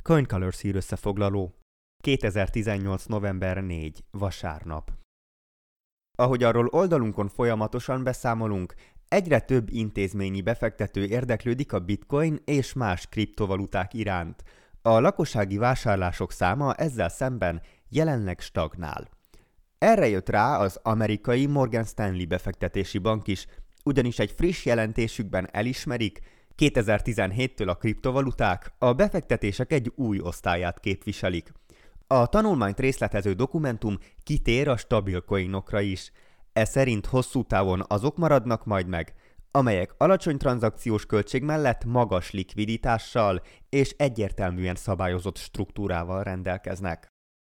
CoinColors hírösszefoglaló. 2018. november 4. vasárnap. Ahogy arról oldalunkon folyamatosan beszámolunk, egyre több intézményi befektető érdeklődik a bitcoin és más kriptovaluták iránt. A lakossági vásárlások száma ezzel szemben jelenleg stagnál. Erre jött rá az amerikai Morgan Stanley befektetési bank is, ugyanis egy friss jelentésükben elismerik, 2017-től a kriptovaluták a befektetések egy új osztályát képviselik. A tanulmányt részletező dokumentum kitér a stabil coinokra is. Ez szerint hosszú távon azok maradnak majd meg, amelyek alacsony tranzakciós költség mellett magas likviditással és egyértelműen szabályozott struktúrával rendelkeznek.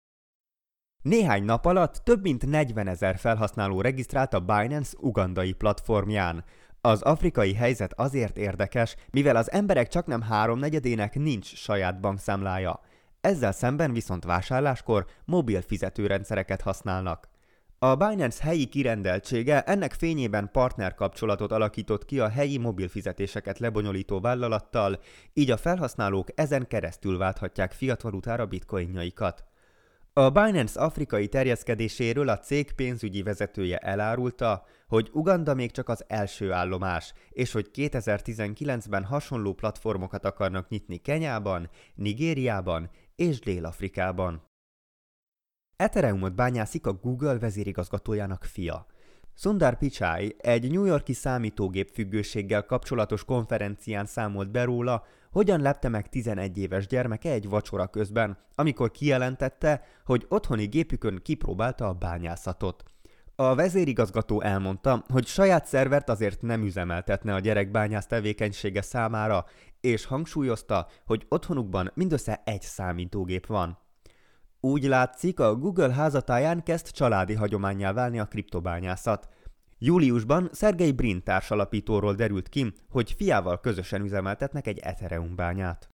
Néhány nap alatt több mint 40 000 felhasználó regisztrált a Binance ugandai platformján. Az afrikai helyzet azért érdekes, mivel az emberek csaknem 3/4-ének nincs saját bankszámlája. Ezzel szemben viszont vásárláskor mobil fizetőrendszereket használnak. A Binance helyi kirendeltsége ennek fényében partnerkapcsolatot alakított ki a helyi mobil fizetéseket lebonyolító vállalattal, így a felhasználók ezen keresztül válthatják fiat valutára bitcoinjaikat. A Binance afrikai terjeszkedéséről a cég pénzügyi vezetője elárulta, hogy Uganda még csak az első állomás, és hogy 2019-ben hasonló platformokat akarnak nyitni Kenyában, Nigériában és Dél-Afrikában. Ethereumot bányászik a Google vezérigazgatójának fia. Sundar Pichai egy New York-i számítógép függőséggel kapcsolatos konferencián számolt be róla, hogyan lepte meg 11 éves gyermeke egy vacsora közben, amikor kijelentette, hogy otthoni gépükön kipróbálta a bányászatot. A vezérigazgató elmondta, hogy saját szervert azért nem üzemeltetne a gyerek bányász tevékenysége számára, és hangsúlyozta, hogy otthonukban mindössze egy számítógép van. Úgy látszik, a Google házatáján kezd családi hagyománnyá válni a kriptobányászat. Júliusban Sergey Brin társalapítóról derült ki, hogy fiával közösen üzemeltetnek egy Ethereum bányát.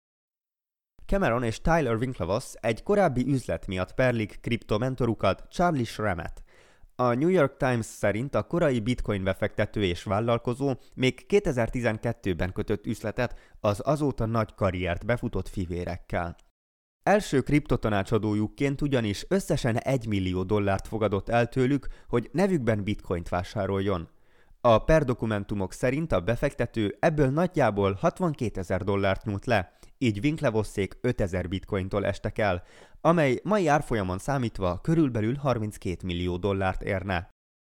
Cameron és Tyler Winklevoss egy korábbi üzlet miatt perlik kriptomentorukat, Charlie Schramet. A New York Times szerint a korai bitcoin befektető és vállalkozó még 2012-ben kötött üzletet az azóta nagy karriert befutott fivérekkel. Első kriptotanácsadójukként ugyanis összesen $1 millió fogadott el tőlük, hogy nevükben bitcoint vásároljon. A perdokumentumok szerint a befektető ebből nagyjából $62,000 nyújt le, így Winklevossék 5000 bitcointól estek el, amely mai árfolyamon számítva körülbelül $32 millió érne.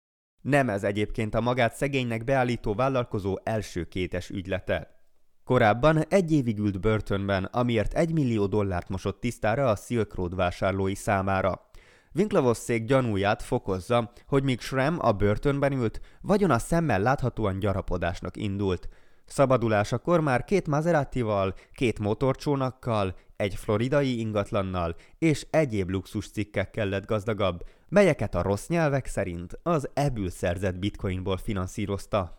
Nem ez egyébként a magát szegénynek beállító vállalkozó első kétes ügylete. Korábban 1 évig ült börtönben, amiért $1 millió mosott tisztára a Silk Road vásárlói számára. Winklevosszék gyanúját fokozza, hogy míg Schramm a börtönben ült, vagyona szemmel láthatóan gyarapodásnak indult. Szabadulásakor már 2 Maseratival, 2 motorcsónakkal, egy floridai ingatlannal és egyéb luxus cikkekkel lett gazdagabb, melyeket a rossz nyelvek szerint az ebből szerzett bitcoinból finanszírozta.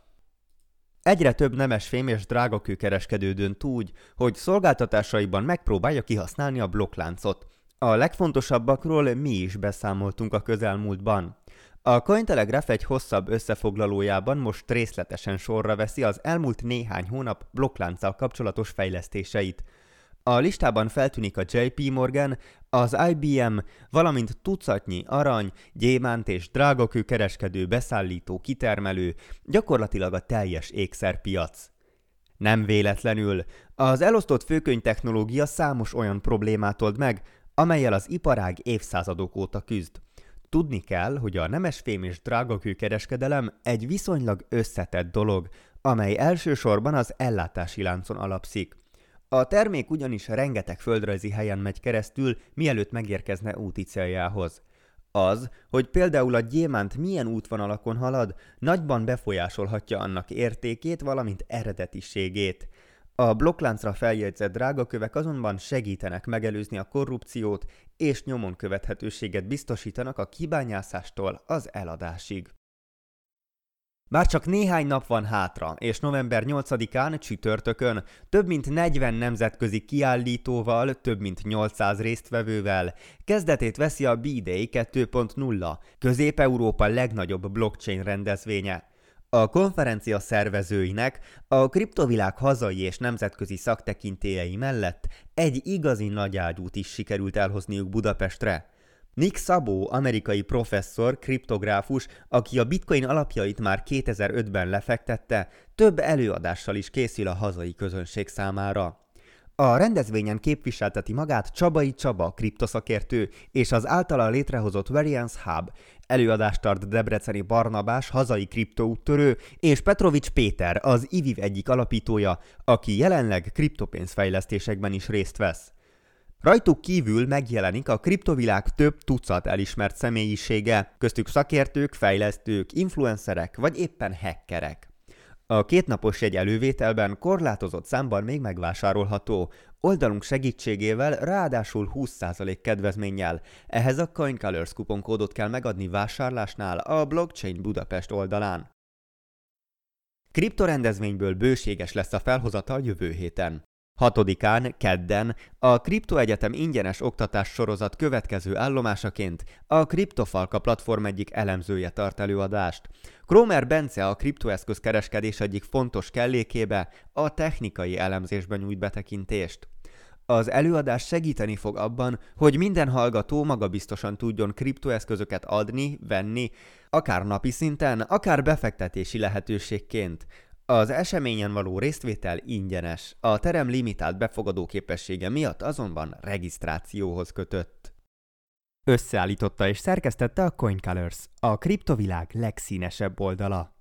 Egyre több nemesfém és drágakőkereskedő dönt úgy, hogy szolgáltatásaiban megpróbálja kihasználni a blokkláncot. A legfontosabbakról mi is beszámoltunk a közelmúltban. A Cointelegraph egy hosszabb összefoglalójában most részletesen sorra veszi az elmúlt néhány hónap blokklánccal kapcsolatos fejlesztéseit. A listában feltűnik a JP Morgan, az IBM, valamint tucatnyi arany, gyémánt és drágakő kereskedő, beszállító, kitermelő, gyakorlatilag a teljes ékszerpiac. Nem véletlenül, az elosztott főkönyv technológia számos olyan problémát old meg, amellyel az iparág évszázadok óta küzd. Tudni kell, hogy a nemesfém és drágakő kereskedelem egy viszonylag összetett dolog, amely elsősorban az ellátási láncon alapszik. A termék ugyanis rengeteg földrajzi helyen megy keresztül, mielőtt megérkezne úti céljához. Az, hogy például a gyémánt milyen útvonalakon halad, nagyban befolyásolhatja annak értékét, valamint eredetiségét. A blokkláncra feljegyzett drágakövek azonban segítenek megelőzni a korrupciót, és nyomon követhetőséget biztosítanak a kibányászástól az eladásig. Már csak néhány nap van hátra, és november 8-án csütörtökön több mint 40 nemzetközi kiállítóval, több mint 800 résztvevővel kezdetét veszi a B-Day 2.0, Közép-Európa legnagyobb blockchain rendezvénye. A konferencia szervezőinek a kriptovilág hazai és nemzetközi szaktekintélyei mellett egy igazi nagyágyút is sikerült elhozniuk Budapestre. Nick Szabo, amerikai professzor, kriptográfus, aki a bitcoin alapjait már 2005-ben lefektette, több előadással is készül a hazai közönség számára. A rendezvényen képviselteti magát Csabai Csaba, kriptoszakértő, és az általa létrehozott Variance Hub. Előadást tart debreceni Barnabás, hazai kriptoúttörő, és Petrovics Péter, az IVIV egyik alapítója, aki jelenleg kriptopénzfejlesztésekben is részt vesz. Rajtuk kívül megjelenik a kriptovilág több tucat elismert személyisége, köztük szakértők, fejlesztők, influencerek vagy éppen hackerek. A kétnapos jegy elővételben korlátozott számban még megvásárolható, oldalunk segítségével ráadásul 20% kedvezménnyel. Ehhez a CoinColors kuponkódot kell megadni vásárlásnál a Blockchain Budapest oldalán. Kriptorendezvényből bőséges lesz a felhozatal jövő héten. 6-án, kedden a Kriptoegyetem ingyenes oktatás sorozat következő állomásaként a Kriptofalka platform egyik elemzője tart előadást. Kromer Bence a kriptoeszköz kereskedés egyik fontos kellékébe, a technikai elemzésben nyújt betekintést. Az előadás segíteni fog abban, hogy minden hallgató magabiztosan tudjon kriptoeszközöket adni, venni, akár napi szinten, akár befektetési lehetőségként. Az eseményen való résztvétel ingyenes, a terem limitált befogadó képessége miatt azonban regisztrációhoz kötött. Összeállította és szerkesztette a CoinColors, a kriptovilág legszínesebb oldala.